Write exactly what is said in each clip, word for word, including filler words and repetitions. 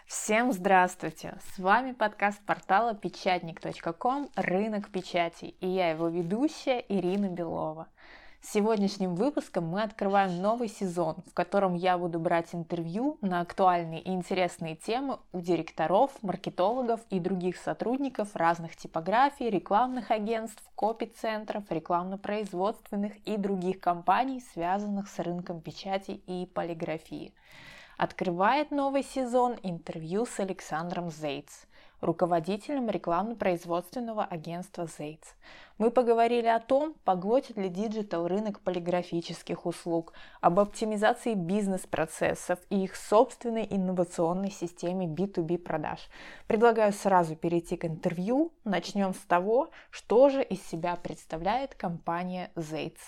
Всем здравствуйте! С вами подкаст портала печатник точка ком «Рынок печати» и я его ведущая Ирина Белова. Сегодняшним выпуском мы открываем новый сезон, в котором я буду брать интервью на актуальные и интересные темы у директоров, маркетологов и других сотрудников разных типографий, рекламных агентств, копи-центров, рекламно-производственных и других компаний, связанных с рынком печати и полиграфии. Открывает новый сезон интервью с Александром Зейц, руководителем рекламно-производственного агентства Зейц. Мы поговорили о том, поглотит ли диджитал рынок полиграфических услуг, об оптимизации бизнес-процессов и их собственной инновационной системе би ту би продаж. Предлагаю сразу перейти к интервью. Начнем с того, что же из себя представляет компания Зейц.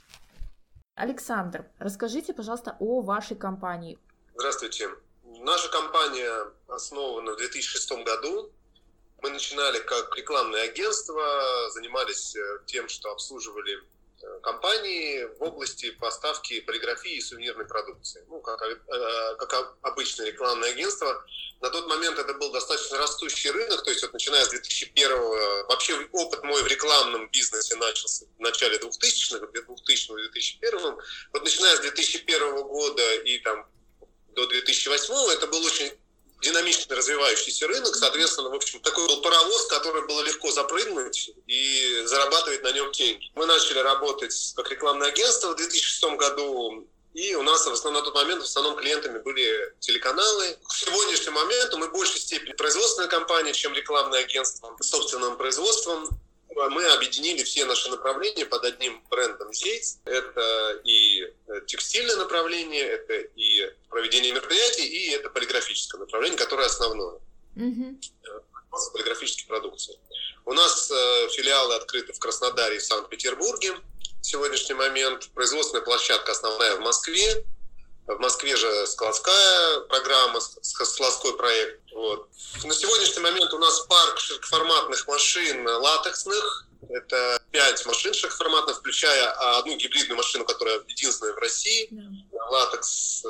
Александр, расскажите, пожалуйста, о вашей компании. Здравствуйте. Наша компания основана в две тысячи шестом году. Мы начинали как рекламное агентство, занимались тем, что обслуживали компании в области поставки полиграфии и сувенирной продукции. Ну, как, как обычное рекламное агентство. На тот момент это был достаточно растущий рынок, то есть вот начиная с две тысячи первого, вообще опыт мой в рекламном бизнесе начался в начале двухтысячных, двухтысячного две тысячи первого. Вот начиная с две тысячи первого года и там до две тысячи восьмого это был очень динамично развивающийся рынок, соответственно, в общем, такой был паровоз, который было легко запрыгнуть и зарабатывать на нем деньги. Мы начали работать как рекламное агентство в две тысячи шестом году, и у нас в основном, на тот момент в основном клиентами были телеканалы. К сегодняшнему моменту мы в большей степени производственная компания, чем рекламное агентство с собственным производством. Мы объединили все наши направления под одним брендом Зейц. Это и текстильное направление, это и проведение мероприятий, и это полиграфическое направление, которое основное. Mm-hmm. Полиграфической продукции. У нас э, филиалы открыты в Краснодаре и в Санкт-Петербурге. В сегодняшний момент производственная площадка основная в Москве. В Москве же складская программа, складской проект. Вот. На сегодняшний момент у нас парк широкоформатных машин латексных. Это пять машин широкоформатных, включая одну гибридную машину, которая единственная в России. Yeah. Латекс,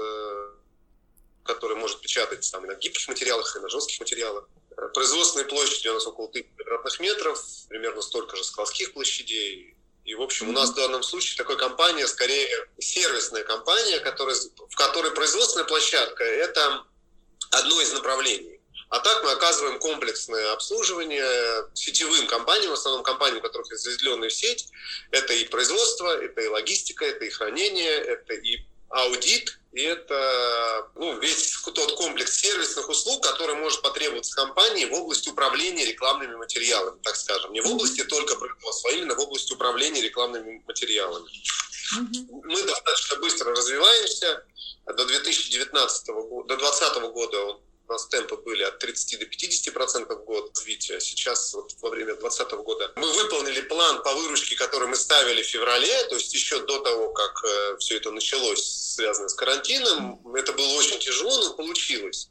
который может печатать там, на гибких материалах и на жестких материалах. Производственные площади у нас около тысячи квадратных метров, примерно столько же складских площадей. И, в общем, у нас в данном случае такая компания, скорее сервисная компания, которая, в которой производственная площадка – это одно из направлений. А так мы оказываем комплексное обслуживание сетевым компаниям, в основном компаниям, у которых есть разделенная сеть. Это и производство, это и логистика, это и хранение, это и аудит, и это ну, весь тот комплекс сервисных услуг, который может потребоваться компании в области управления рекламными материалами, так скажем. Не в области только производства, а именно в области управления рекламными материалами. Mm-hmm. Мы достаточно быстро развиваемся. До две тысячи девятнадцатого года, до две тысячи двадцатого года у нас темпы были от тридцати до пятидесяти процентов в год развития. Сейчас, вот, во время две тысячи двадцатого года, мы выполнили план по выручке, который мы ставили в феврале, то есть еще до того, как э, все это началось, связано с карантином. Это было очень тяжело, но получилось.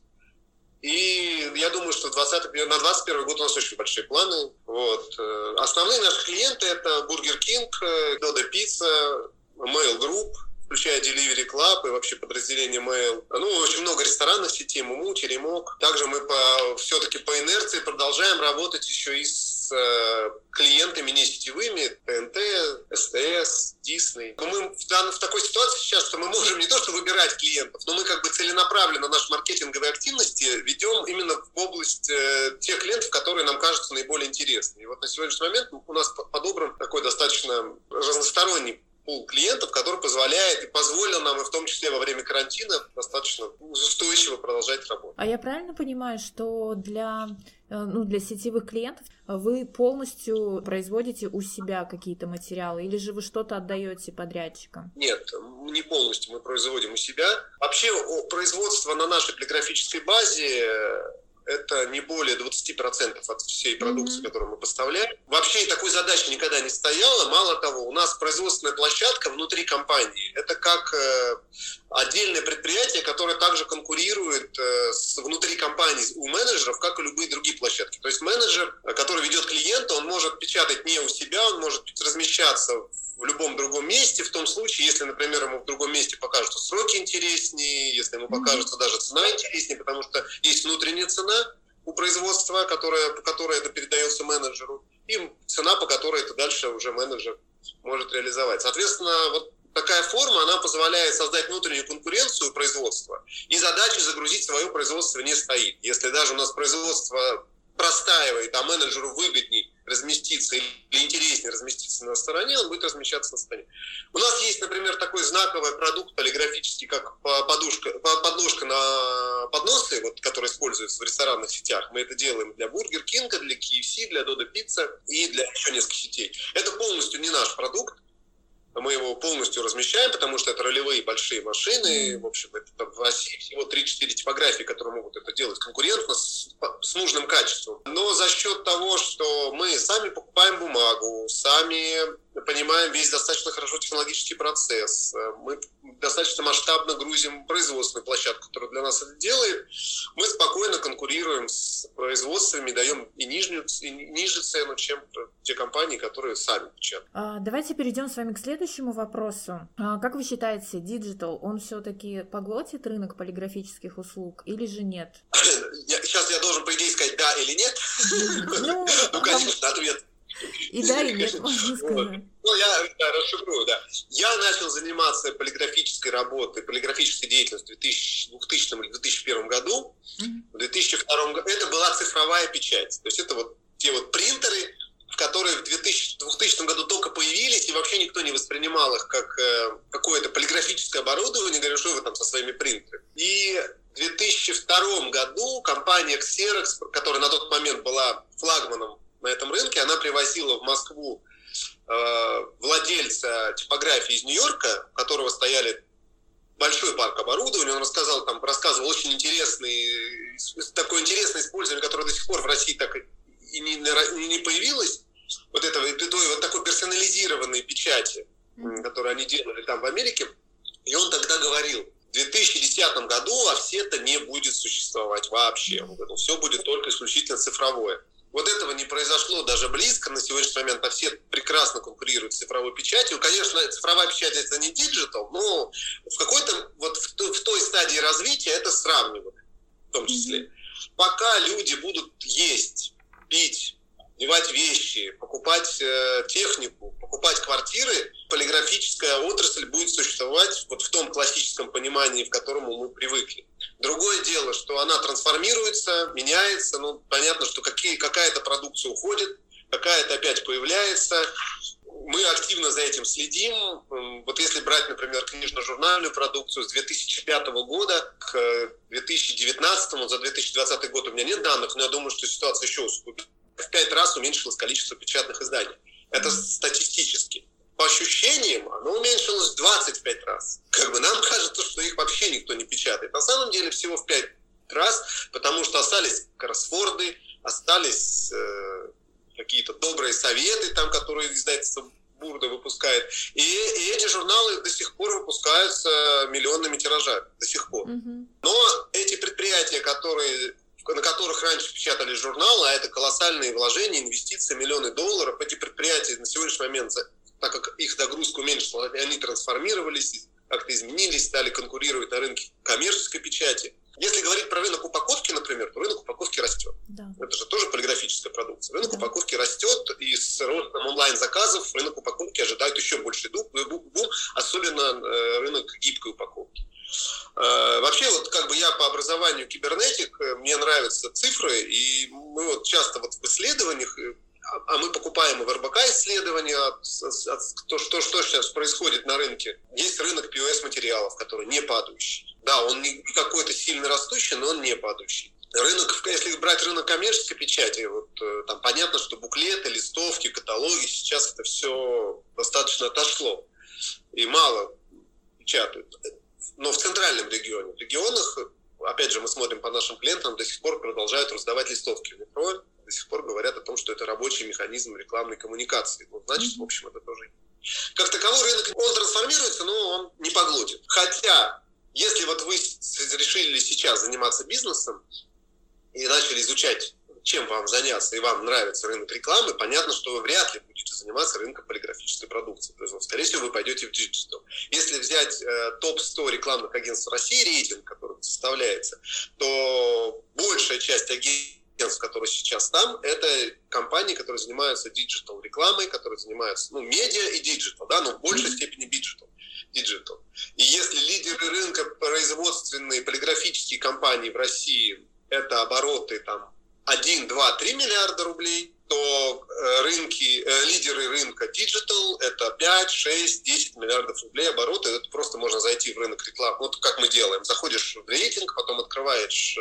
И я думаю, что двадцатый, на двадцать первый год у нас очень большие планы. Вот. Основные наши клиенты – это Burger King, Dodo Pizza, Mail Group, включая Delivery Club и вообще подразделение Mail. Ну, очень много ресторанов в сети, Муму, Теремок. Также мы по, все-таки по инерции продолжаем работать еще и с э, клиентами не сетевыми, ТНТ, СТС, Дисней. Но мы в, дан, в такой ситуации сейчас, что мы можем не то что выбирать клиентов, но мы как бы целенаправленно наши маркетинговые активности ведем именно в область э, тех клиентов, которые нам кажутся наиболее интересными. И вот на сегодняшний момент у нас подобран такой достаточно разносторонний пул клиентов, который позволяет и позволил нам, и в том числе во время карантина, достаточно устойчиво продолжать работу. А я правильно понимаю, что для, ну, для сетевых клиентов вы полностью производите у себя какие-то материалы, или же вы что-то отдаете подрядчикам? Нет, не полностью мы производим у себя. Вообще производство на нашей полиграфической базе это не более двадцать процентов от всей продукции, mm-hmm. которую мы поставляем. Вообще такой задачи никогда не стояло. Мало того, у нас производственная площадка внутри компании. Это как э, отдельное предприятие, которое также конкурирует э, с, внутри компании у менеджеров, как и любые другие площадки. То есть менеджер, который ведет клиента, он может печатать не у себя, он может размещаться в в любом другом месте, в том случае, если, например, ему в другом месте покажут, что сроки интереснее, если ему покажется даже цена интереснее, потому что есть внутренняя цена у производства, которая, по которой это передается менеджеру, и цена, по которой это дальше уже менеджер может реализовать. Соответственно, вот такая форма, она позволяет создать внутреннюю конкуренцию производства, и задачи загрузить свое производство не стоит. Если даже у нас производство простаивает, а менеджеру выгодней разместиться или интереснее разместиться на стороне, он будет размещаться на стороне. У нас есть, например, такой знаковый продукт полиграфический, как подушка, подложка на подносы, вот, который используется в ресторанных сетях. Мы это делаем для Бургер Кинга, для кей эф си, для Додо Пицца и для еще нескольких сетей. Это полностью не наш продукт. Мы его полностью размещаем, потому что это ролевые большие машины. В общем, это там в России всего три-четыре типографии, которые могут это делать конкурентно, с, с нужным качеством. Но за счет того, что мы сами покупаем бумагу, сами понимаем весь достаточно хорошо технологический процесс, мы достаточно масштабно грузим производственную площадку, которая для нас это делает, мы спокойно конкурируем с производствами, даем и нижнюю, и ниже цену, чем те компании, которые сами печатают. А, давайте перейдем с вами к следующему вопросу. А, как вы считаете, диджитал, он все-таки поглотит рынок полиграфических услуг или же нет? Я, сейчас я должен, по идее, сказать да или нет. Ну, конечно, ответ. И да, и нет, можно сказать. Ну, я да, расшифрую, да. Я начал заниматься полиграфической работой, полиграфической деятельностью в двухтысячном или две тысячи первом году. В две тысячи втором году это была цифровая печать. То есть это вот те вот принтеры, в которые в двухтысячном году только появились, и вообще никто не воспринимал их как э, какое-то полиграфическое оборудование, говорю, что вы там со своими принтерами. И в две тысячи втором году компания Xerox, которая на тот момент была флагманом на этом рынке, она привозила в Москву э, владельца типографии из Нью-Йорка, у которого стояли большой парк оборудования. Он рассказал, там, рассказывал очень интересный, такое интересное использование, которое до сих пор в России так и не, не появилось, вот этого, вот такой персонализированной печати, mm-hmm. которую они делали там в Америке. И он тогда говорил, в две тысячи десятом году офсета не будет существовать вообще. Он говорил, все будет только исключительно цифровое. Вот этого не произошло даже близко. На сегодняшний момент офсет прекрасно конкурирует с цифровой печатью. Конечно, цифровая печать это не диджитал, но в какой-то вот в той, в той стадии развития это сравнивают, в том числе. Пока люди будут есть, пить, одевать вещи, покупать э, технику, покупать квартиры, полиграфическая отрасль будет существовать вот в том классическом понимании, в котором мы привыкли. Другое дело, что она трансформируется, меняется. Ну, понятно, что какие, какая-то продукция уходит, какая-то опять появляется. Мы активно за этим следим. Вот если брать, например, книжно-журнальную продукцию с две тысячи пятого года к две тысячи девятнадцатому, за две тысячи двадцатый год у меня нет данных, но я думаю, что ситуация еще усугубится. В пять раз уменьшилось количество печатных изданий. Это статистически. По ощущениям, оно уменьшилось в двадцать пять раз. Как бы нам кажется, что их вообще никто не печатает. На самом деле всего в пять раз, потому что остались кроссворды, остались э, какие-то добрые советы, там, которые издательство Бурда выпускает. И, и эти журналы до сих пор выпускаются миллионными тиражами. До сих пор. Mm-hmm. Но эти предприятия, которые... на которых раньше печатали журналы, а это колоссальные вложения, инвестиции, миллионы долларов. Эти предприятия на сегодняшний момент, так как их загрузка уменьшилась, они трансформировались, как-то изменились, стали конкурировать на рынке коммерческой печати. Если говорить про рынок упаковки, например, то рынок упаковки растет. Да. Это же тоже полиграфическая продукция. Рынок да. упаковки растет, и с ростом онлайн-заказов рынок упаковки ожидает еще больше бум, особенно рынок гибкой упаковки. Вообще, вот как бы я по образованию кибернетик, мне нравятся цифры, и мы вот часто вот в исследованиях, а мы покупаем и в эр бэ ка исследования, от, от, то, что, что сейчас происходит на рынке. Есть рынок пи о эс-материалов, который не падающий. Да, он не какой-то сильно растущий, но он не падающий. Рынок, если брать рынок коммерческой печати, вот, там понятно, что буклеты, листовки, каталоги, сейчас это все достаточно отошло. И мало печатают. Но в центральном регионе, в регионах, опять же, мы смотрим по нашим клиентам, до сих пор продолжают раздавать листовки в метро, до сих пор говорят о том, что это рабочий механизм рекламной коммуникации. Ну, значит, в общем, это тоже... Как таковой рынок, он трансформируется, но он не поглотит. Хотя, если вот вы решили сейчас заниматься бизнесом и начали изучать чем вам заняться, и вам нравится рынок рекламы, понятно, что вы вряд ли будете заниматься рынком полиграфической продукции. То есть, ну, скорее всего, вы пойдете в диджитал. Если взять э, топ сто рекламных агентств России, рейтинг, который составляется, то большая часть агентств, которые сейчас там, это компании, которые занимаются диджитал рекламой, которые занимаются, ну, медиа и диджитал, да, но в большей степени диджитал. Digital. И если лидеры рынка производственные полиграфические компании в России это обороты там один, два, три миллиарда рублей, то рынки, лидеры рынка Digital это пять, шесть, десять миллиардов рублей обороты. Это просто можно зайти в рынок рекламы. Вот как мы делаем. Заходишь в рейтинг, потом открываешь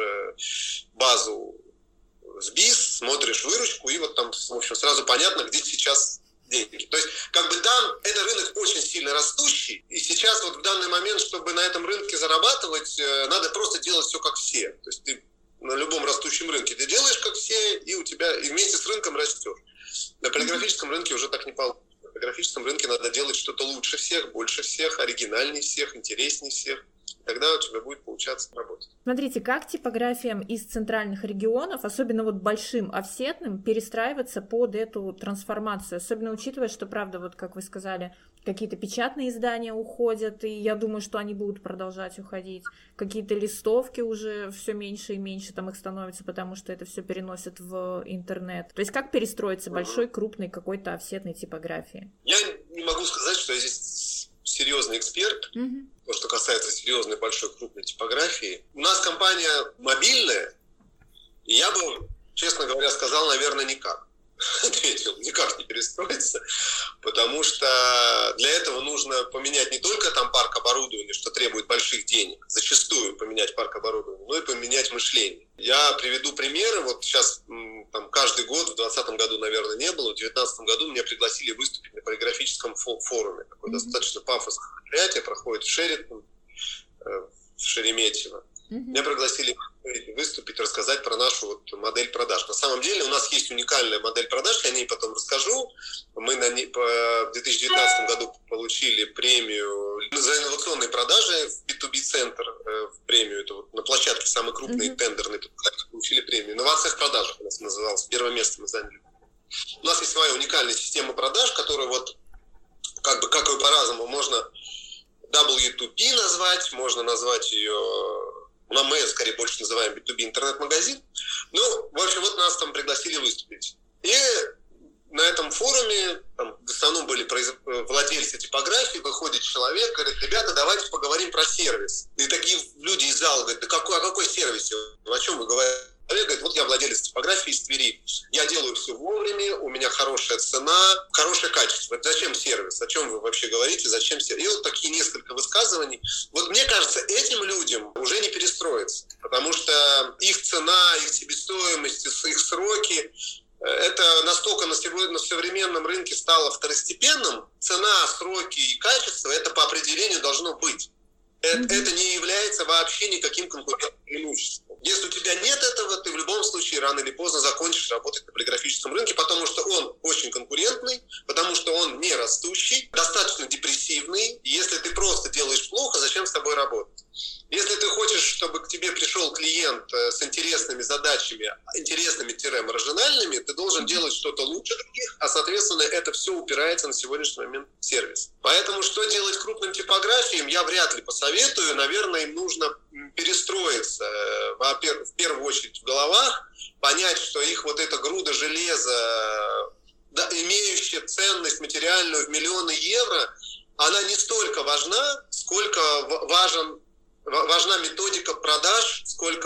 базу с БИС, смотришь выручку, и вот там, в общем, сразу понятно, где сейчас деньги. То есть, как бы там это рынок очень сильно растущий, и сейчас вот в данный момент, чтобы на этом рынке зарабатывать, надо просто делать все как все. То есть ты на любом растущем рынке ты делаешь как все, и у тебя и вместе с рынком растешь. На полиграфическом рынке уже так не получится. На полиграфическом рынке надо делать что-то лучше всех, больше всех, оригинальнее всех, интереснее всех. Тогда у тебя будет получаться работать. Смотрите, как типографиям из центральных регионов, особенно вот большим офсетным, перестраиваться под эту трансформацию, особенно учитывая, что, правда, вот как вы сказали, какие-то печатные издания уходят, и я думаю, что они будут продолжать уходить. Какие-то листовки уже все меньше и меньше там их становится, потому что это все переносят в интернет. То есть как перестроиться uh-huh. большой, крупной какой-то офсетной типографии? Я не могу сказать, что я здесь серьезный эксперт. Uh-huh. То, что касается серьезной, большой, крупной типографии. У нас компания мобильная, и я бы, честно говоря, сказал, наверное, никак. Ответил, никак не перестроиться, потому что для этого нужно поменять не только там парк оборудования, что требует больших денег, зачастую поменять парк оборудования, но и поменять мышление. Я приведу примеры. Вот сейчас там, каждый год, в двадцатом году, наверное, не было, в девятнадцатом году меня пригласили выступить на полиграфическом форуме. Такое mm-hmm. достаточно пафосное мероприятие проходит в Шеретон, в Шереметьево. Mm-hmm. Меня пригласили выступить, рассказать про нашу вот модель продаж. На самом деле у нас есть уникальная модель продаж, я о ней потом расскажу. Мы на ней, по, в две тысячи девятнадцатом году получили премию за инновационные продажи в би ту би-центр, в премию, это вот на площадке самый крупный mm-hmm. тендерный, получили премию. Инновация в продажах у нас называлась, первое место мы заняли. У нас есть своя уникальная система продаж, которая вот как бы как и по-разному можно дабл ю ту пи назвать, можно назвать ее... Ну, мы скорее больше называем би ту би интернет-магазин. Ну, в общем, вот нас там пригласили выступить. И на этом форуме, там, в основном были произ... владельцы типографии, выходит человек, говорит, ребята, давайте поговорим про сервис. И такие люди из зала говорят, да какой, о какой сервисе? О чем вы говорите? Человек говорит, вот я владелец типографии из Твери, я делаю все вовремя, у меня хорошая цена, хорошее качество. Это зачем сервис? О чем вы вообще говорите? Зачем сервис? И вот такие несколько высказываний. Вот мне кажется, этим людям уже не перестроиться, потому что их цена, их себестоимость, их сроки, это настолько на сегодня, на современном рынке стало второстепенным. Цена, сроки и качество, это по определению должно быть. Это, mm-hmm. это не является вообще никаким конкурентным преимуществом. Если у тебя нет этого, ты в любом случае рано или поздно закончишь работать на полиграфическом рынке, потому что он очень конкурентный, потому что он не растущий, достаточно депрессивный. И если ты просто делаешь плохо, зачем с тобой работать? Если ты хочешь, чтобы к тебе пришел клиент с интересными задачами, интересными-маржинальными, ты должен делать что-то лучше других, а, соответственно, это все упирается на сегодняшний момент в сервис. Поэтому что делать крупным типографиям, я вряд ли посоветую. Наверное, им нужно перестроиться, в первую очередь, в головах, понять, что их вот эта груда железа, да, имеющая ценность материальную в миллионы евро, она не столько важна, сколько важен важна методика продаж, сколько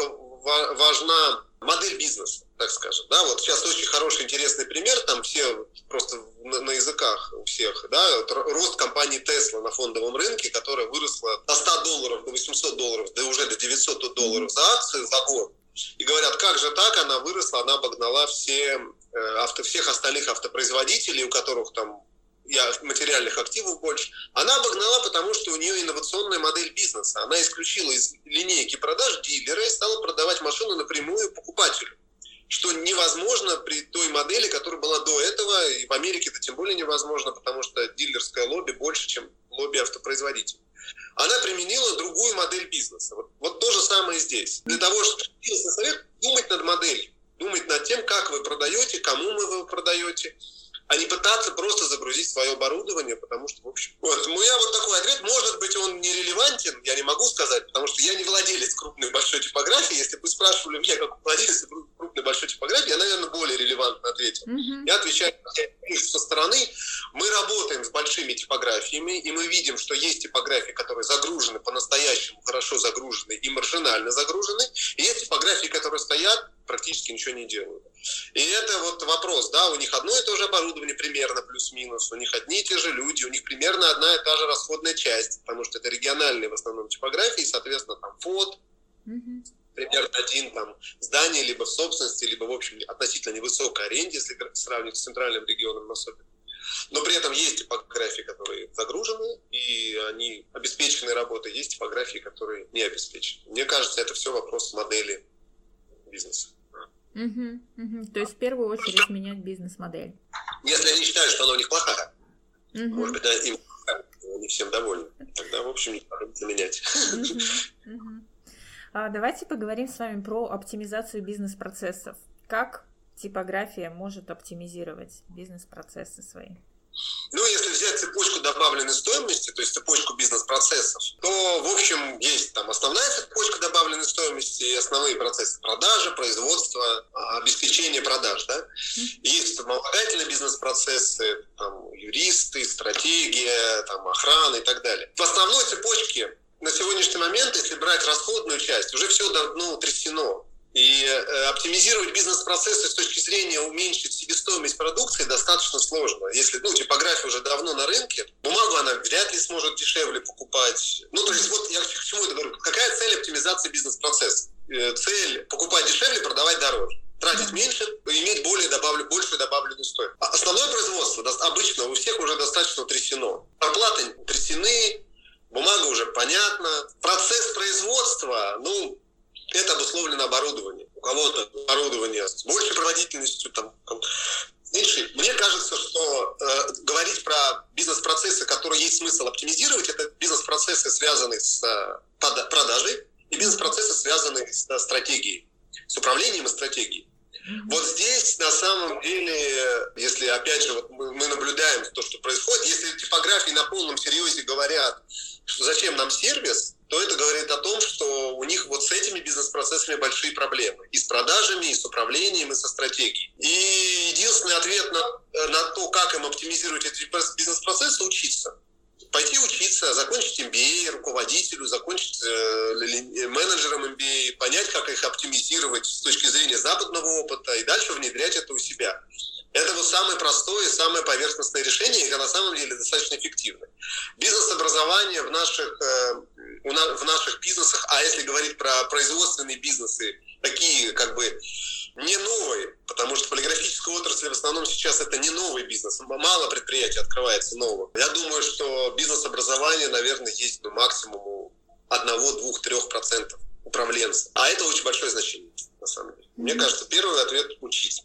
важна модель бизнеса, так скажем. Да, вот сейчас очень хороший, интересный пример, там все просто на, на языках у всех, да, вот рост компании Tesla на фондовом рынке, которая выросла до ста долларов, до восьмисот долларов, да уже до девятисот долларов за акцию за год. И говорят, как же так, она выросла, она обогнала все, авто, всех остальных автопроизводителей, у которых там материальных активов больше. Она обогнала, потому что у нее инновационная модель бизнеса. Она исключила из линейки продаж дилера и стала продавать машину напрямую покупателю. Что невозможно при той модели, которая была до этого. И в Америке это тем более невозможно, потому что дилерское лобби больше, чем лобби автопроизводителей. Она применила другую модель бизнеса. Вот, вот то же самое здесь. Для того, чтобы бизнес совет думать над моделью. думать над тем, как вы продаете, кому вы его продаете, а не пытаться просто загрузить свое оборудование, потому что, в общем... Вот, у меня вот такой ответ, может быть, он нерелевантен, я не могу сказать, потому что я не владелец крупной большой типографии. Если бы вы спрашивали меня, как владелец крупной большой типографии, я, наверное, более релевантно ответил. Mm-hmm. Я отвечаю со стороны. Мы работаем с большими типографиями, и мы видим, что есть типографии, которые загружены, по-настоящему хорошо загружены и маржинально загружены, и есть типографии, которые стоят, практически ничего не делают. И это вот вопрос, да, у них одно и то же оборудование примерно, плюс-минус, у них одни и те же люди, у них примерно одна и та же расходная часть, потому что это региональные в основном типографии, соответственно, там фонд, mm-hmm. примерно один там здание, либо в собственности, либо, в общем, относительно невысокой аренде, если сравнивать с центральным регионом особенно. Но при этом есть типографии, которые загружены, и они обеспечены работой, есть типографии, которые не обеспечены. Мне кажется, это все вопрос модели бизнеса. Угу, угу. То есть в первую очередь менять бизнес-модель. Если они считают, что она у них плохая, угу. может быть, им не всем довольны, тогда, в общем, не надо менять. Угу, угу. А, давайте поговорим с вами про оптимизацию бизнес-процессов. Как типография может оптимизировать бизнес-процессы свои? Ну, если взять цепочку добавленной стоимости, то есть цепочку бизнес-процессов, то, в общем, есть там основная цепочка добавленной стоимости и основные процессы продажи, производства, обеспечения продаж, да. И есть вспомогательные бизнес-процессы, там, юристы, стратегия, там, охрана и так далее. В основной цепочке на сегодняшний момент, если брать расходную часть, уже все давно утрясено. И э, оптимизировать бизнес-процессы с точки зрения уменьшить себестоимость продукции достаточно сложно. Если, ну, типография уже давно на рынке, бумагу она вряд ли сможет дешевле покупать. Ну, то есть, вот я к чему это говорю. Какая цель оптимизации бизнес-процесса? Э, цель покупать дешевле, продавать дороже. Тратить меньше, иметь более добавлю, большую добавленную стоимость. А основное производство обычно у всех уже достаточно утрясено. Зарплаты утрясены, бумага уже понятна. Процесс производства, ну, это обусловлено оборудованием. У кого-то оборудование с большей производительностью, там, меньше. Мне кажется, что э, говорить про бизнес-процессы, которые есть смысл оптимизировать, это бизнес-процессы, связанные с э, продажей, и бизнес-процессы, связанные с э, стратегией, с управлением и стратегией. Вот здесь, на самом деле, если, опять же, вот мы, мы наблюдаем то, что происходит, если типографии на полном серьезе говорят, что зачем нам сервис, то это говорит о том, что у них вот с этими бизнес-процессами большие проблемы. И с продажами, и с управлением, и со стратегией. И единственный ответ на, на то, как им оптимизировать эти бизнес-процессы, учиться. Пойти учиться, закончить эм би эй руководителю, закончить э, менеджером эм би эй, понять, как их оптимизировать с точки зрения западного опыта, и дальше внедрять это у себя. Это вот самое простое и самое поверхностное решение, и это на самом деле достаточно эффективно. Бизнес-образование в наших, э, в наших бизнесах, а если говорить про производственные бизнесы, такие как бы не новые, потому что полиграфическая отрасль в основном сейчас это не новый бизнес. Мало предприятий открывается новых. Я думаю, что бизнес-образование, наверное, есть ну, максимум одного, двух, трех процентов управленцев. А это очень большое значение, на самом деле. Мне кажется, первый ответ – учиться.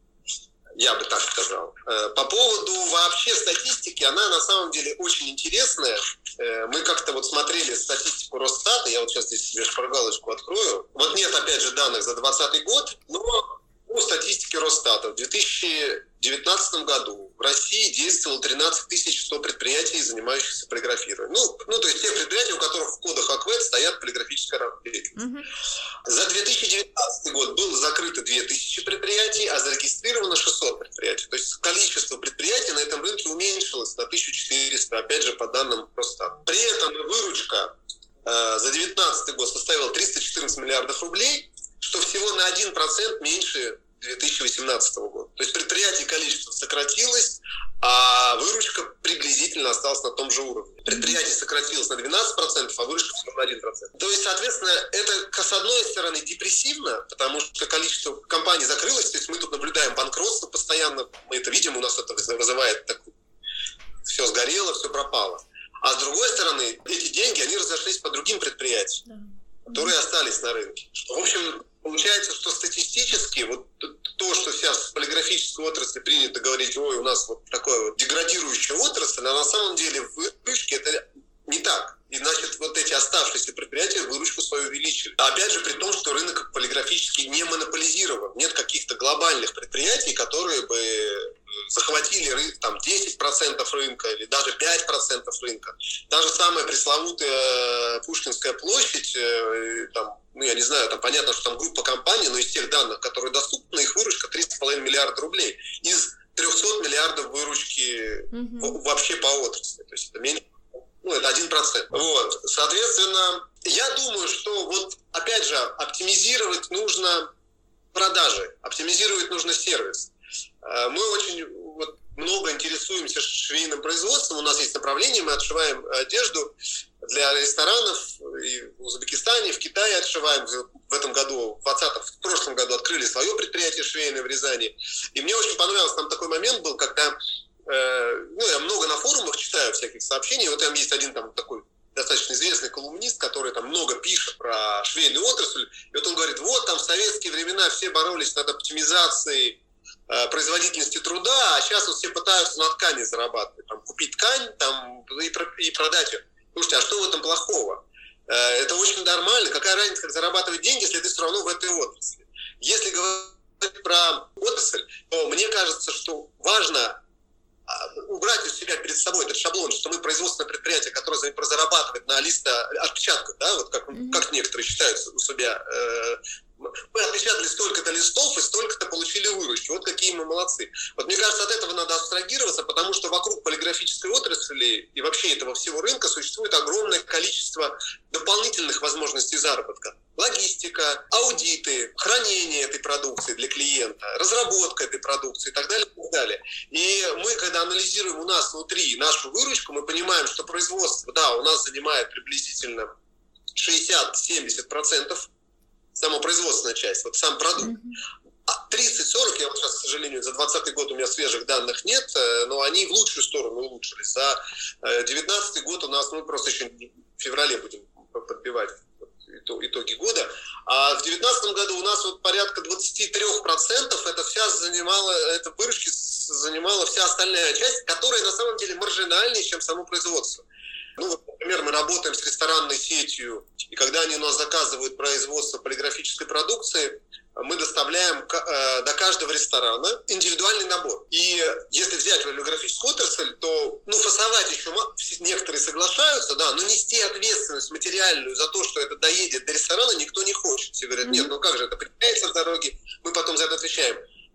Я бы так сказал. По поводу вообще статистики, она на самом деле очень интересная. Мы как-то вот смотрели статистику Росстата, я вот сейчас здесь себе шпаргалочку открою. Вот нет, опять же, данных за двадцатый год, но по статистике Росстата в две тысячи девятнадцатом году в России действовало тринадцать тысяч сто предприятий, занимающихся полиграфированием. Ну, ну, то есть те предприятия, у которых в кодах АКВЭД стоят полиграфическая деятельность. Mm-hmm. За две тысячи девятнадцатый год было закрыто две тысячи предприятий, а зарегистрировано шестьсот предприятий. То есть количество предприятий на этом рынке уменьшилось на тысячу четыреста, опять же, по данным Росстата. При этом выручка э, за две тысячи девятнадцатый год составила триста четырнадцать миллиардов рублей, что всего на один процент меньше две тысячи восемнадцатого года. То есть предприятий количество сократилось, а выручка приблизительно осталась на том же уровне. Предприятий сократилось на двенадцать процентов, а выручка всего на один процент. То есть, соответственно, это, с одной стороны, депрессивно, потому что количество компаний закрылось, то есть мы тут наблюдаем банкротство постоянно, мы это видим, у нас это вызывает такую... Все сгорело, все пропало. А с другой стороны, эти деньги, они разошлись по другим предприятиям, которые остались на рынке. В общем, получается, что статистически вот то, что сейчас в полиграфической отрасли принято говорить, ой, у нас вот такая вот деградирующая отрасль, а на самом деле в выручке это не так. И значит, вот эти оставшиеся предприятия выручку свою увеличили. А опять же, при том, что рынок полиграфический не монополизирован. консолидирован, нет каких-то глобальных предприятий, которые бы захватили там, десять процентов рынка или даже пять процентов рынка. Даже самая пресловутая Пушкинская площадь, там, ну, я не знаю, там понятно, что там группа компаний, но из тех данных, которые доступны, их выручка три с половиной миллиарда рублей. Из трехсот миллиардов выручки mm-hmm. вообще по отрасли. То есть это меньше, ну, это один процент. Вот. Соответственно, я думаю, что вот, опять же, оптимизировать нужно продажи, оптимизировать нужно сервис. Мы очень вот, много интересуемся швейным производством. У нас есть направление, мы отшиваем одежду для ресторанов и в Узбекистане, и в Китае отшиваем. В этом году, в двадцатом, в прошлом году открыли свое предприятие швейное в Рязани. И мне очень понравился, там такой момент был, когда э, ну, я много на форумах читаю всяких сообщений. Вот там есть один там такой достаточно известный колумнист, который там много пишет про швейную отрасль. И вот он говорит, вот там в советские времена все боролись над оптимизацией производительности труда, а сейчас вот все пытаются на ткани зарабатывать. Там, купить ткань там, и, и продать ее. Слушайте, а что в этом плохого? Это очень нормально. Какая разница, как зарабатывать деньги, если ты все равно в этой отрасли? Если говорить про отрасль, то мне кажется, что важно убрать у себя перед собой этот шаблон, что мы производственное предприятие, которое зарабатывает на листа отпечатков, да, вот как, mm-hmm. как некоторые считают у себя. Э, мы отпечатали столько-то листов и столько-то получили выручки. Вот какие мы молодцы. Вот мне кажется, от этого надо абстрагироваться, потому что вокруг полиграфической отрасли и вообще этого всего рынка существует огромное количество дополнительных возможностей заработка. Логистика, аудиты, хранение этой продукции для клиента, разработка этой продукции и так далее, и так далее. И мы, когда анализируем у нас внутри нашу выручку, мы понимаем, что производство, да, у нас занимает приблизительно шестьдесят-семьдесят процентов, сама производственная часть, вот сам продукт. А тридцать-сорок, я вот сейчас, к сожалению, за двадцатый год у меня свежих данных нет, но они в лучшую сторону улучшились. За девятнадцатый год у нас, ну, просто еще в феврале будем подбивать итоги года. А в девятнадцатом году у нас вот порядка двадцать три процента это вся занимала, это выручки занимала вся остальная часть, которая на самом деле маржинальнее, чем само производство. Ну, вот, например, мы работаем с ресторанной сетью, и когда они у нас заказывают производство полиграфической продукции, мы доставляем э, до каждого ресторана индивидуальный набор. И если взять полиграфическую отрасль, то ну, фасовать еще некоторые соглашаются, да, но нести ответственность материальную за то, что это доедет до ресторана, никто не хочет. Все говорят, нет, ну как же, это применяется в дороге, мы потом за это отвечаем.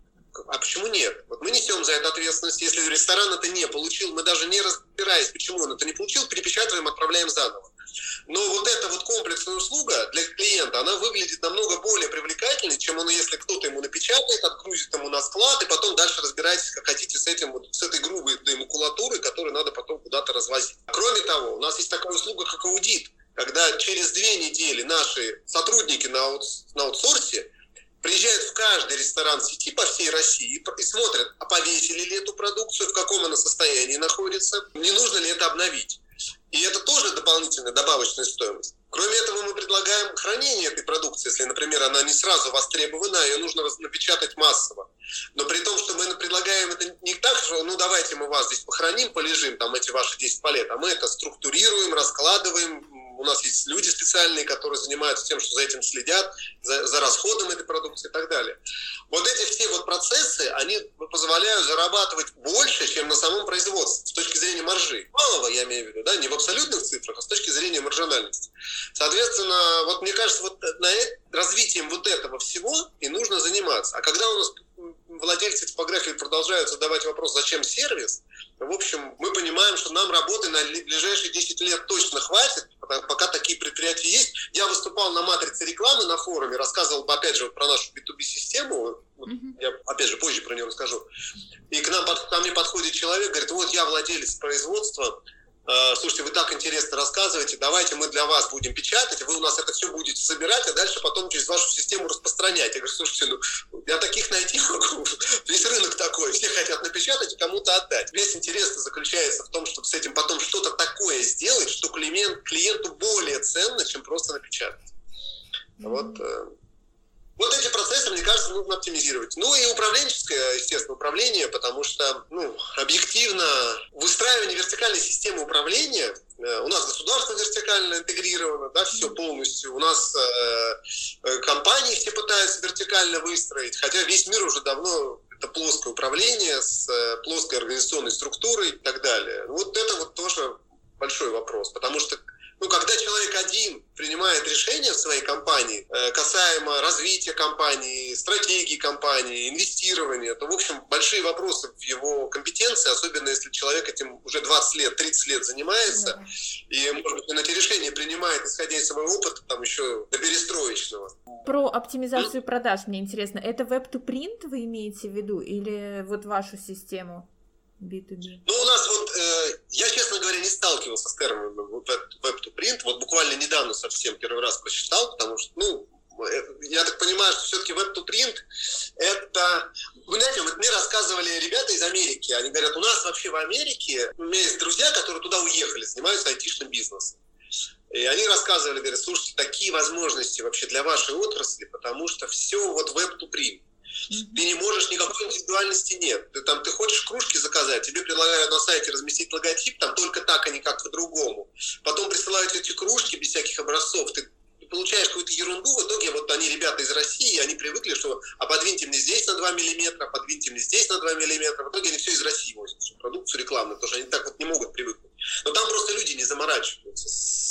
А почему нет? Вот мы несем за это ответственность. Если ресторан это не получил, мы даже не разбираясь, почему он это не получил, перепечатываем, отправляем заново. Но вот эта вот комплексная услуга для клиента, она выглядит намного более привлекательной, чем он, если кто-то ему напечатает, отгрузит ему на склад, и потом дальше разбирайтесь, как хотите, с этим вот, с этой грубой макулатурой, которую надо потом куда-то развозить. Кроме того, у нас есть такая услуга, как аудит, когда через две недели наши сотрудники на, аутс, на аутсорсе приезжают в каждый ресторан сети по всей России и смотрят, а повесили ли эту продукцию, в каком она состоянии находится, не нужно ли это обновить. И это тоже дополнительная добавочная стоимость. Кроме этого, мы предлагаем хранение этой продукции, если, например, она не сразу востребована, ее нужно напечатать массово. Но при том, что мы предлагаем это не так, что ну давайте мы вас здесь похороним, полежим, там эти ваши десять палет, а мы это структурируем, раскладываем. У нас есть люди специальные, которые занимаются тем, что за этим следят, за, за расходом этой продукции и так далее. Вот эти все вот процессы, они позволяют зарабатывать больше, чем на самом производстве, с точки зрения маржи. Малого, я имею в виду, да, не в абсолютных цифрах, а с точки зрения маржинальности. Соответственно, вот мне кажется, вот на это, развитием вот этого всего и нужно заниматься. А когда у нас владельцы типографии продолжают задавать вопрос, зачем сервис, в общем, мы понимаем, что нам работы на ближайшие десять лет точно хватит, пока такие предприятия есть. Я выступал на матрице рекламы на форуме, рассказывал, опять же, про нашу би ту би-систему, mm-hmm. я, опять же, позже про нее расскажу. И к нам, ко мне подходит человек, говорит, вот я владелец производства, слушайте, вы так интересно рассказываете, давайте мы для вас будем печатать, вы у нас это все будете собирать, а дальше потом через вашу систему распространять. Я говорю, слушайте, ну, я таких найти могу, весь рынок такой, все хотят напечатать и кому-то отдать. Весь интерес заключается в том, чтобы с этим потом что-то такое сделать, что клиент, клиенту более ценно, чем просто напечатать. Вот. Вот эти процессы, мне кажется, нужно оптимизировать. Ну и управленческое, естественно, управление, потому что, ну, объективно, выстраивание вертикальной системы управления, э, у нас государство вертикально интегрировано, да, все полностью, у нас э, компании все пытаются вертикально выстроить, хотя весь мир уже давно, это плоское управление с э, плоской организационной структурой и так далее. Вот это вот тоже большой вопрос, потому что ну, когда человек один принимает решения в своей компании э, касаемо развития компании, стратегии компании, инвестирования, то, в общем, большие вопросы в его компетенции, особенно если человек этим уже двадцать лет, тридцать лет занимается, да. И, может быть, он эти решения принимает, исходя из своего опыта, там, еще до перестроечного. Про оптимизацию mm? продаж мне интересно. Это веб-to-print вы имеете в виду или вот вашу систему? би ту би. Ну, у нас вот, э, я, честно говоря, не сталкивался с термином web-to-print, вот буквально недавно совсем первый раз прочитал, потому что, ну, я так понимаю, что все-таки web-to-print это, вы знаете, вот мне рассказывали ребята из Америки, они говорят, у нас вообще в Америке, у меня есть друзья, которые туда уехали, занимаются айтишным бизнесом. И они рассказывали, говорят, слушайте, такие возможности вообще для вашей отрасли, потому что все вот web-to-print. Ты не можешь, никакой индивидуальности нет. Ты, там, ты хочешь кружки заказать, тебе предлагают на сайте разместить логотип, там только так, а не как по-другому. Потом присылают эти кружки без всяких образцов. Ты получаешь какую-то ерунду, в итоге вот они, ребята из России, они привыкли, что а подвиньте мне здесь на два миллиметра, а подвиньте мне здесь на два миллиметра. В итоге они все из России возят, продукцию рекламную, потому что они так вот не могут привыкнуть. Но там просто люди не заморачиваются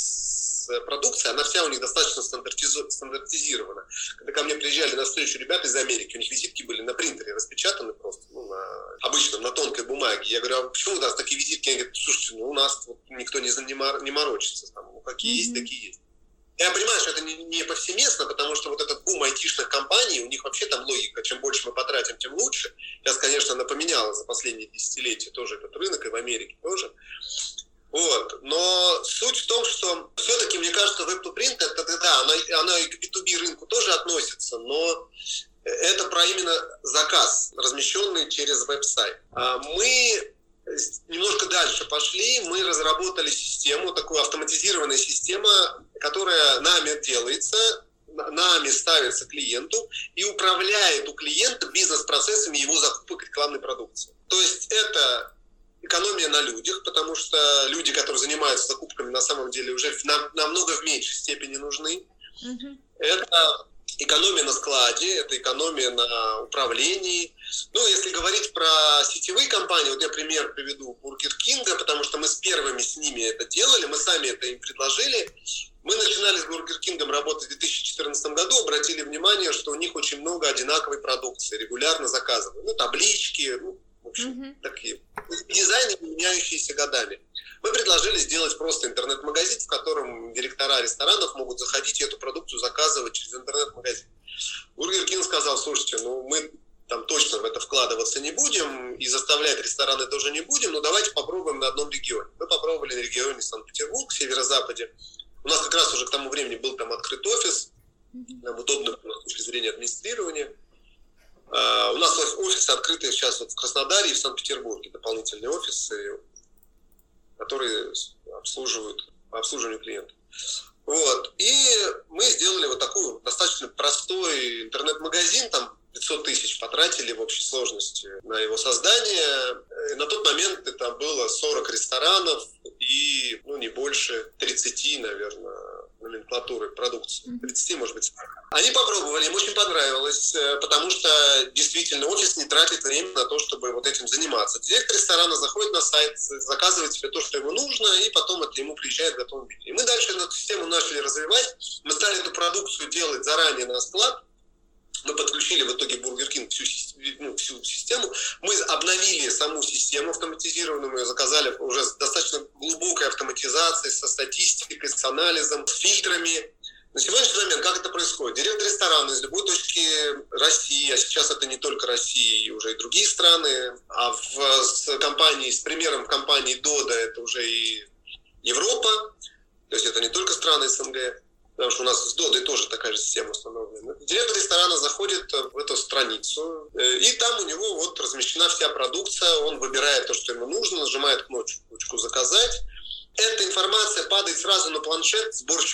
с продукцией, она вся у них достаточно стандартизирована. Когда ко мне приезжали на встречу ребята из Америки, у них визитки были на принтере распечатаны просто, ну, на обычном, на тонкой бумаге. Я говорю, а почему у нас такие визитки? Они говорят, слушайте, ну у нас вот никто не, не морочится, там, ну какие mm-hmm. есть, такие есть. Я понимаю, что это не, не повсеместно, потому что вот этот бум айтишных компаний, у них вообще там логика, чем больше мы потратим, тем лучше. Сейчас, конечно, она поменяла за последние десятилетия тоже этот рынок, и в Америке тоже. Вот. Но суть в том, что все-таки, мне кажется, web-to-print, это, да, она, она и к би ту би рынку тоже относится, но это про именно заказ, размещенный через веб-сайт. Мы немножко дальше пошли, мы разработали систему, такую автоматизированную систему, которая нами делается, нами ставится клиенту и управляет у клиента бизнес-процессами его закупок рекламной продукции. То есть это экономия на людях, потому что люди, которые занимаются закупками, на самом деле уже в, на, намного в меньшей степени нужны. Mm-hmm. Это экономия на складе, это экономия на управлении. Ну, если говорить про сетевые компании, вот я пример приведу Burger King, потому что мы с первыми с ними это делали, мы сами это им предложили. Мы начинали с Burger King работать в две тысячи четырнадцатом году, обратили внимание, что у них очень много одинаковой продукции, регулярно заказывают. Ну, таблички, ну, в общем, mm-hmm. такие дизайны, меняющиеся годами. Мы предложили сделать просто интернет-магазин, в котором директора ресторанов могут заходить и эту продукцию заказывать через интернет-магазин. Burger King сказал, слушайте, ну мы там точно в это вкладываться не будем и заставлять рестораны тоже не будем, но давайте попробуем на одном регионе. Мы попробовали на регионе Санкт-Петербург, в северо-западе. У нас как раз уже к тому времени был там открыт офис, нам удобно с точки зрения администрирования. Uh, у нас офисы открыты сейчас вот в Краснодаре и в Санкт-Петербурге, дополнительные офисы, которые обслуживают, по обслуживанию клиентов. Вот. И мы сделали вот такой достаточно простой интернет-магазин, там пятьсот тысяч потратили в общей сложности на его создание. И на тот момент это было сорок ресторанов и, ну, не больше тридцати, наверное, номенклатуры продукции. тридцать, может быть. Они попробовали, им очень понравилось, потому что действительно офис не тратит время на то, чтобы вот этим заниматься. Директор ресторана заходит на сайт, заказывает себе то, что ему нужно, и потом это ему приезжает в готовом виде. И мы дальше эту систему начали развивать. Мы стали эту продукцию делать заранее на склад. Мы подключили в итоге Burger King всю, ну, всю систему. Мы обновили саму систему автоматизированную, мы ее заказали уже с достаточно глубокой автоматизацией, со статистикой, с анализом, с фильтрами. На сегодняшний момент как это происходит? Директор ресторана из любой точки России, а сейчас это не только Россия, уже и другие страны, а в, с компанией, с примером компании Дода это уже и Европа, то есть это не только страны СНГ. Потому что у нас с Додой тоже такая же система установлена. Директор ресторана заходит в эту страницу, и там у него вот размещена вся продукция, он выбирает то, что ему нужно, нажимает кнопочку «Заказать». Эта информация падает сразу на планшет сборщику.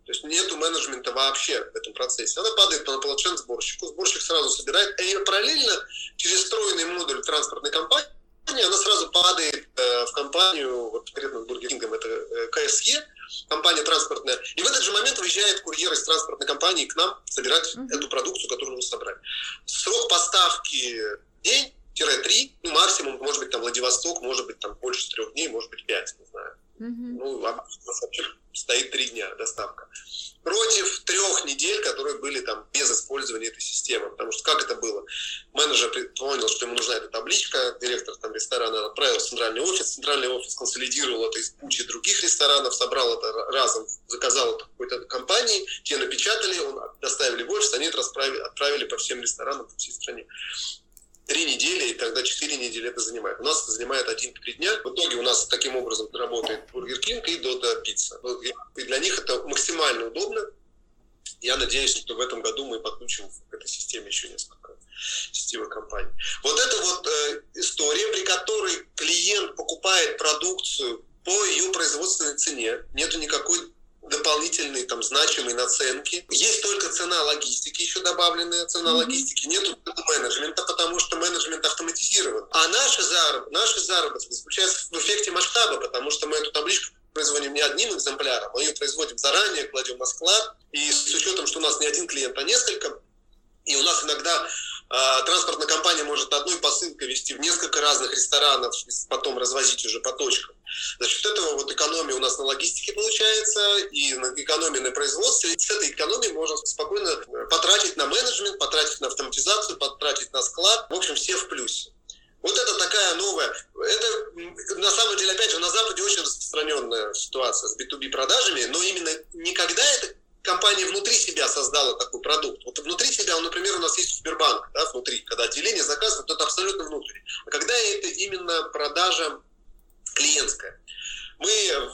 То есть нету менеджмента вообще в этом процессе. Она падает на полочен сборщику, сборщик сразу собирает, и параллельно через встроенный модуль транспортной компании она сразу падает э, в компанию, вот конкретно с Бургер Кингом это э, ка эс е, компания транспортная, и в этот же момент выезжает курьер из транспортной компании к нам собирать mm-hmm. эту продукцию, которую мы собрали. Срок поставки день-три, ну максимум, может быть там Владивосток, может быть там больше трех дней, может быть пять, не знаю. Mm-hmm. Ну, а у нас вообще стоит три дня доставка. Против трех недель, которые были там без использования этой системы. Потому что как это было? Менеджер понял, что ему нужна эта табличка, директор там ресторана отправил в центральный офис, центральный офис консолидировал это из кучи других ресторанов, собрал это разом, заказал это какой-то компании, те напечатали, он, доставили в офис, они это отправили, отправили по всем ресторанам по всей стране. Три недели, и тогда четыре недели это занимает. У нас это занимает один-три дня. В итоге у нас таким образом работает Burger King и Dodo Pizza. И для них это максимально удобно. Я надеюсь, что в этом году мы подключим к этой системе еще несколько сетевых компаний. Вот это вот э, история, при которой клиент покупает продукцию по ее производственной цене. Нету никакой дополнительные там значимые наценки. Есть только цена логистики, еще добавленная цена mm-hmm. логистики. Нету менеджмента, потому что менеджмент автоматизирован. А наши заработки, наши заработки заключаются в эффекте масштаба, потому что мы эту табличку производим не одним экземпляром, мы ее производим заранее, кладем на склад. И с учетом, что у нас не один клиент, а несколько, и у нас иногда э, транспортная компания может одной посылкой везти в несколько разных ресторанов, потом развозить уже по точкам. За счет этого вот экономия у нас на логистике получается, и экономия на производстве. И с этой экономией можно спокойно потратить на менеджмент, потратить на автоматизацию, потратить на склад. В общем, все в плюсе. Вот это такая новая... Это, на самом деле, опять же, на Западе очень распространенная ситуация с би ту би продажами, но именно никогда это компания внутри себя создала такой продукт. Вот внутри себя, например, у нас есть Сбербанк, да, внутри, когда отделение заказывает, это абсолютно внутренне. А когда это именно продажа клиентская. Мы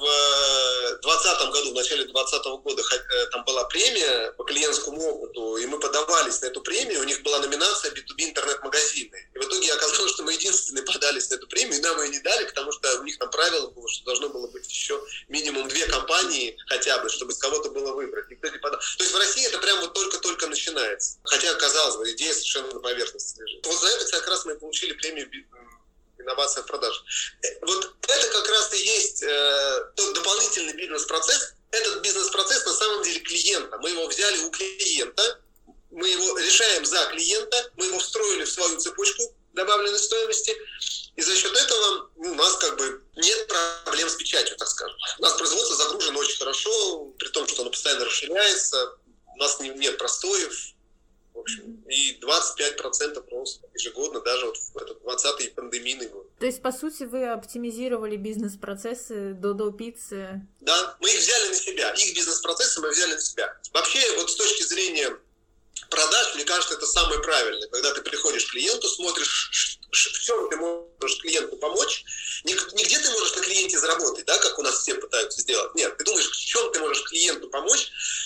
в двадцатом году, в начале двадцатого года там была премия по клиентскому опыту, и мы подавались на эту премию, у них была номинация би ту би интернет-магазины. И в итоге оказалось, что мы единственные подались на эту премию, и нам ее не дали, потому что у них там правило было, что должно было быть еще минимум две компании хотя бы, чтобы кого-то было выбрать. Никто не подал. То есть в России это прям вот только-только начинается. Хотя, казалось бы, идея совершенно на поверхности лежит. Вот за это как раз мы получили премию инновация в продаже. Вот это как раз и есть э, тот дополнительный бизнес-процесс. Этот бизнес-процесс на самом деле клиента. Мы его взяли у клиента, мы его решаем за клиента, мы его встроили в свою цепочку добавленной стоимости, и за счет этого ну, у нас как бы нет проблем с печатью, так скажем. У нас производство загружено очень хорошо, при том, что оно постоянно расширяется, у нас нет простоев. В общем, и двадцать пять процентов роста ежегодно, даже вот в этот двадцатый пандемийный год. То есть, по сути, вы оптимизировали бизнес-процессы Dodo Pizza? Да, мы их взяли на себя. Их бизнес-процессы мы взяли на себя. Вообще, вот с точки зрения продаж, мне кажется, это самое правильное. Когда ты приходишь к клиенту, смотришь, в чем ты можешь клиенту помочь. Не, не где ты можешь на клиенте заработать, да, как у нас все пытаются сделать. Нет, ты думаешь, в чем ты можешь клиенту помочь,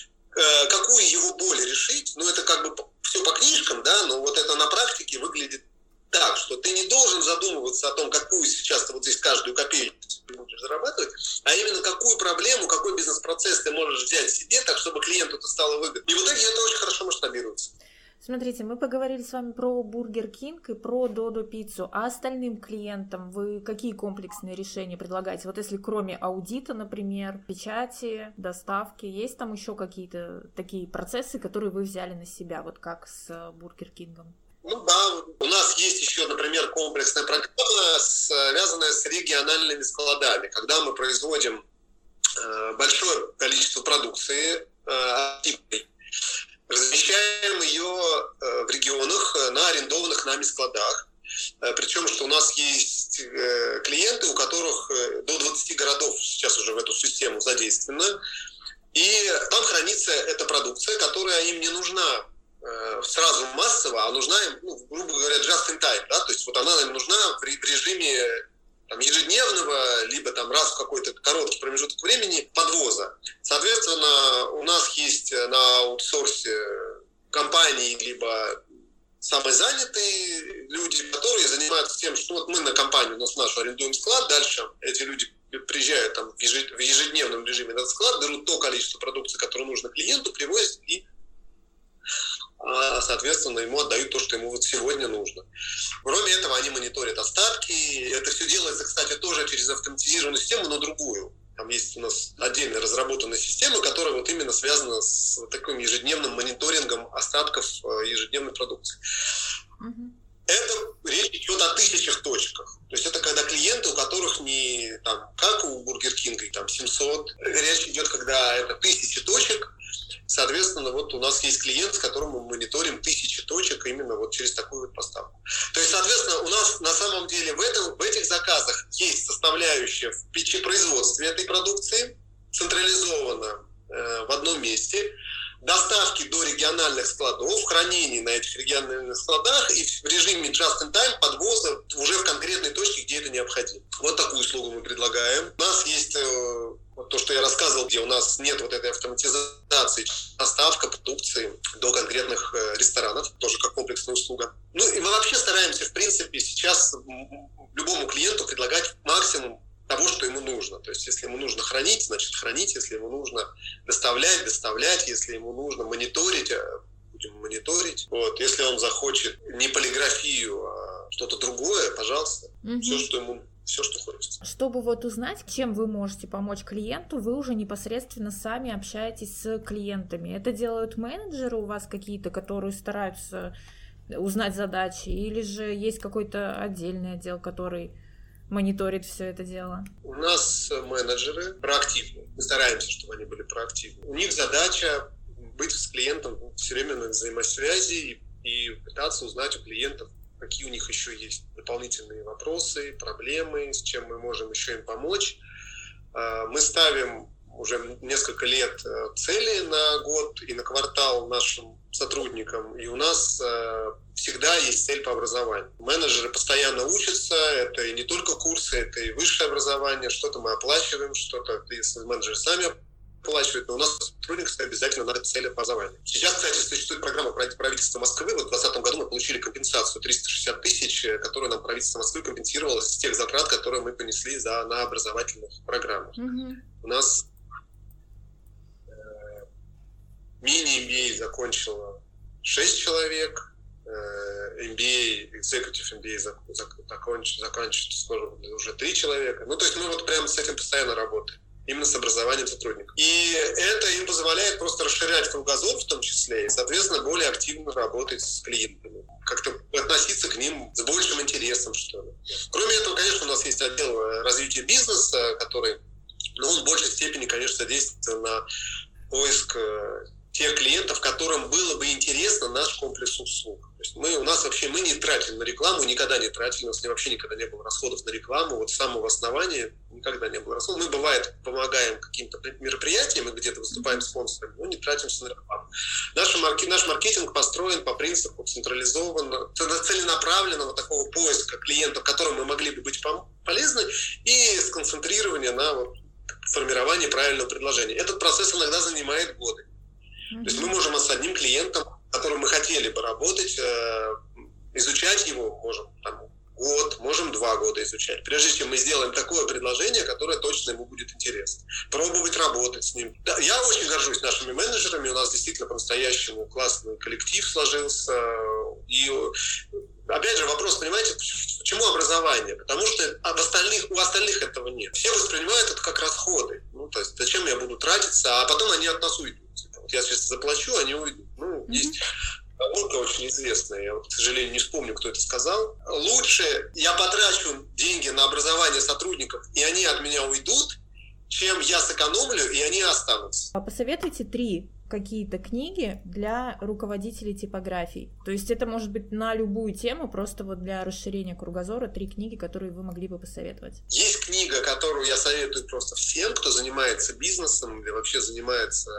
э, какую его боль решить. Ну, это как бы все по книжкам, да, но вот это на практике выглядит так, что ты не должен задумываться о том, какую сейчас ты вот здесь каждую копейку будешь зарабатывать, а именно какую проблему, какой бизнес-процесс ты можешь взять себе, так, чтобы клиенту это стало выгодно. И в итоге это очень хорошо масштабируется. Смотрите, мы поговорили с вами про Burger King и про Dodo Pizza, а остальным клиентам вы какие комплексные решения предлагаете? Вот если кроме аудита, например, печати, доставки, есть там еще какие-то такие процессы, которые вы взяли на себя, вот как с Burger King? Ну да, у нас есть еще, например, комплексная программа, связанная с региональными складами, когда мы производим большое количество продукции, размещаем ее в регионах на арендованных нами складах. Причем, что у нас есть клиенты, у которых до двадцати городов сейчас уже в эту систему задействовано. И там хранится эта продукция, которая им не нужна сразу массово, а нужна им, ну, грубо говоря, just in time. Да? То есть вот она им нужна в режиме там, ежедневного, либо там раз в какой-то короткий промежуток времени подвоза. Соответственно, у нас есть на аутсорсе компании, либо самозанятые люди, которые занимаются тем, что вот мы на компанию, у нас нашу арендуем склад, дальше эти люди приезжают там в ежедневном режиме на склад, берут то количество продукции, которое нужно клиенту, привозят и, соответственно, ему отдают то, что ему вот сегодня нужно. Кроме этого, они мониторят остатки. Это все делается, кстати, тоже через автоматизированную систему, но другую. Там есть у нас отдельно разработанная система, которая вот именно связана с таким ежедневным мониторингом остатков ежедневной продукции. Mm-hmm. Это речь идет о тысячах точках. То есть это когда клиенты, у которых не там, как у Бургер Кинга, там семьсот. Речь идет, когда это тысячи точек. Соответственно, вот у нас есть клиент, с которым мы мониторим тысячи точек именно вот через такую вот поставку. То есть, соответственно, у нас на самом деле в, этом, в этих заказах есть составляющая в пищепроизводстве этой продукции, централизована э, в одном месте, доставки до региональных складов, хранение на этих региональных складах и в режиме just-in-time подвоза уже в конкретной точке, где это необходимо. Вот такую услугу мы предлагаем. У нас есть э, вот то, что я рассказывал, где у нас нет вот этой автоматизации, доставка продукции до конкретных э, ресторанов, тоже как комплексная услуга. Ну и мы вообще стараемся, в принципе, сейчас любому клиенту предлагать максимум того, что ему нужно. То есть, если ему нужно хранить, значит хранить. Если ему нужно доставлять, доставлять. Если ему нужно мониторить, будем мониторить. Вот. Если он захочет не полиграфию, а что-то другое, пожалуйста. Угу. Все, что ему, все, что хочется. Чтобы вот узнать, чем вы можете помочь клиенту, вы уже непосредственно сами общаетесь с клиентами. Это делают менеджеры у вас какие-то, которые стараются узнать задачи, или же есть какой-то отдельный отдел, который мониторит все это дело? У нас менеджеры проактивны. Мы стараемся, чтобы они были проактивны. У них задача быть с клиентом все время на взаимосвязи и, и пытаться узнать у клиентов, какие у них еще есть дополнительные вопросы, проблемы, с чем мы можем еще им помочь. Мы ставим уже несколько лет цели на год и на квартал нашим сотрудникам, и у нас всегда есть цель по образованию. Менеджеры постоянно учатся, это и не только курсы, это и высшее образование, что-то мы оплачиваем, что-то, если менеджеры сами оплачивают, но у нас сотрудникам обязательно надо цели по образованию. Сейчас, кстати, существует программа правительства Москвы, вот в двадцатом году мы получили компенсацию триста шестьдесят тысяч, которую нам правительство Москвы компенсировало с тех затрат, которые мы понесли за, на образовательных программах. Mm-hmm. У нас э, мини-эм би эй закончило шесть человек, эм би эй, Executive эм би эй закончится, заканчивается скоро уже три человека. Ну, то есть мы вот прямо с этим постоянно работаем, именно с образованием сотрудников. И это им позволяет просто расширять кругозор в том числе и, соответственно, более активно работать с клиентами, как-то относиться к ним с большим интересом, что ли. Кроме этого, конечно, у нас есть отдел развития бизнеса, который, ну, он в большей степени, конечно, содействует на поиск тех клиентов, которым было бы интересно наш комплекс услуг. То есть мы, у нас вообще мы не тратим на рекламу, никогда не тратили, у нас вообще никогда не было расходов на рекламу, вот с самого основания никогда не было расходов. Мы, бывает, помогаем каким-то мероприятиям, мы где-то выступаем спонсорами, но не тратимся на рекламу. Наш, марки, наш маркетинг построен по принципу централизованного, целенаправленного такого поиска клиентов, которым мы могли бы быть полезны, и сконцентрирования на вот, формировании правильного предложения. Этот процесс иногда занимает годы. Mm-hmm. То есть мы можем с одним клиентом, с которым мы хотели бы работать, э, изучать его, можем там, год, можем два года изучать, прежде чем мы сделаем такое предложение, которое точно ему будет интересно. Пробовать работать с ним. Да, я очень горжусь нашими менеджерами, у нас действительно по-настоящему классный коллектив сложился. И опять же вопрос, понимаете, почему образование? Потому что об остальных, у остальных этого нет. Все воспринимают это как расходы. Ну, то есть зачем я буду тратиться, а потом они от нас уйдут. Вот я сейчас заплачу, они уйдут. Ну, mm-hmm. есть поговорка очень известная, я, вот, к сожалению, не вспомню, кто это сказал. Лучше я потрачу деньги на образование сотрудников, и они от меня уйдут, чем я сэкономлю, и они останутся. Посоветуйте три какие-то книги для руководителей типографий. То есть это может быть на любую тему, просто вот для расширения кругозора три книги, которые вы могли бы посоветовать. Есть книга, которую я советую просто всем, кто занимается бизнесом или вообще занимается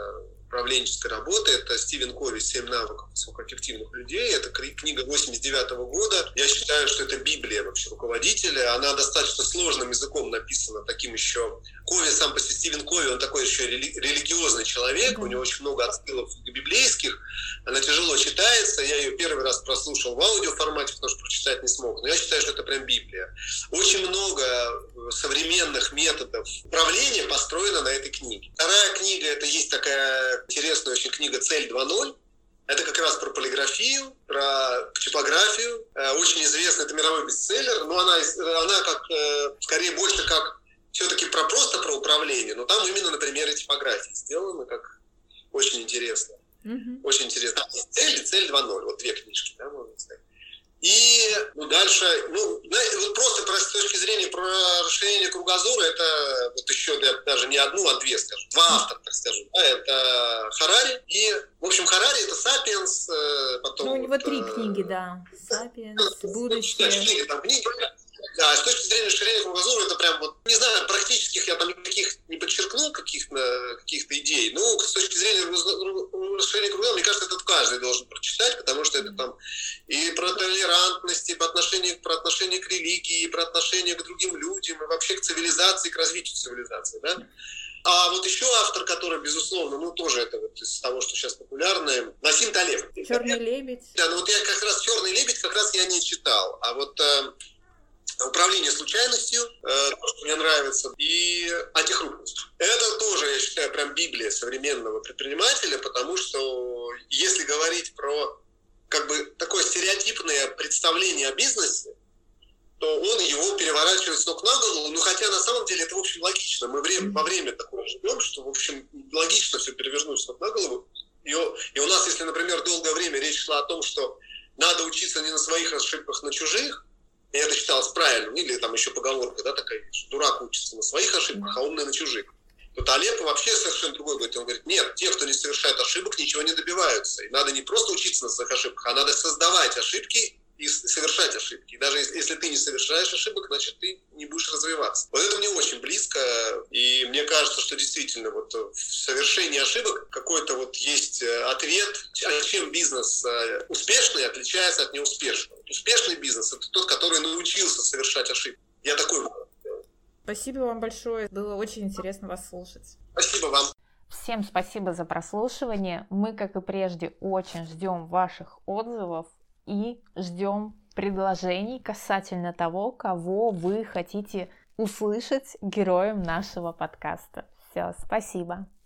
управленческой работы. Это Стивен Кови «Семь навыков высокоэффективных людей». Это книга восемьдесят девятого года. Я считаю, что это Библия вообще руководителя. Она достаточно сложным языком написана, таким еще... Кови сам по себе, Стивен Кови, он такой еще рели- религиозный человек, mm-hmm. у него очень много отсылок библейских. Она тяжело читается. Я ее первый раз прослушал в аудиоформате, потому что прочитать не смог. Но я считаю, что это прям Библия. Очень много современных методов управления построено на этой книге. Вторая книга, это есть такая интересная очень книга «Цель два ноль». Это как раз про полиграфию, про типографию. Очень известный, это мировой бестселлер, но она, она как, скорее больше как все-таки про просто про управление, но там именно на примере типографии сделано, как очень интересно. Mm-hmm. Очень интересно. Цель и «Цель два ноль». Вот две книжки, да, можно сказать. И ну, дальше, ну, вот просто с точки зрения про расширение кругозора, это вот еще даже не одну, а две, скажем, два автора, так скажем. Да, это Харари и, в общем, Харари это «Сапиенс», потом... Ну, у него вот, три книги, да. «Сапиенс», «Будущее». Четыре там книги. Да, с точки зрения расширения кругозора, это прям вот, не знаю, практических я там никаких не подчеркнул, каких-то, каких-то идей, но с точки зрения расширения кругозора, мне кажется, этот каждый должен прочитать, потому что это там и про толерантность, и по отношению, про отношение к религии, и про отношение к другим людям, и вообще к цивилизации, к развитию цивилизации, да. А вот еще автор, который, безусловно, ну, тоже это вот из того, что сейчас популярное, Насим Талеб. «Черный лебедь». Да, ну вот я как раз «Черный лебедь» как раз я не читал, а вот... «Управление случайностью», э, то, что мне нравится, и «Антихрупкость». Это тоже, я считаю, прям Библия современного предпринимателя, потому что если говорить про как бы такое стереотипное представление о бизнесе, то он его переворачивает с ног на голову, ну хотя на самом деле это, в общем, логично. Мы время, во время такое живем, что, в общем, логично все перевернуть с ног на голову. И, и у нас, если, например, долгое время речь шла о том, что надо учиться не на своих ошибках, на чужих, и это считалось правильным, или там еще поговорка, да, такая, что дурак учится на своих ошибках, а умный на чужих. То Талеб вообще совершенно другой говорит. Он говорит, нет, те, кто не совершает ошибок, ничего не добиваются. И надо не просто учиться на своих ошибках, а надо создавать ошибки и совершать ошибки. И даже если ты не совершаешь ошибок, значит, ты не будешь развиваться. Вот это мне очень близко, и мне кажется, что действительно вот в совершении ошибок какой-то вот есть ответ, чем бизнес успешный отличается от неуспешного. Успешный бизнес – это тот, который научился совершать ошибки. Я такой вывод делаю. Спасибо вам большое, было очень интересно вас слушать. Спасибо вам. Всем спасибо за прослушивание. Мы, как и прежде, очень ждем ваших отзывов и ждем предложений касательно того, кого вы хотите услышать героем нашего подкаста. Все, спасибо.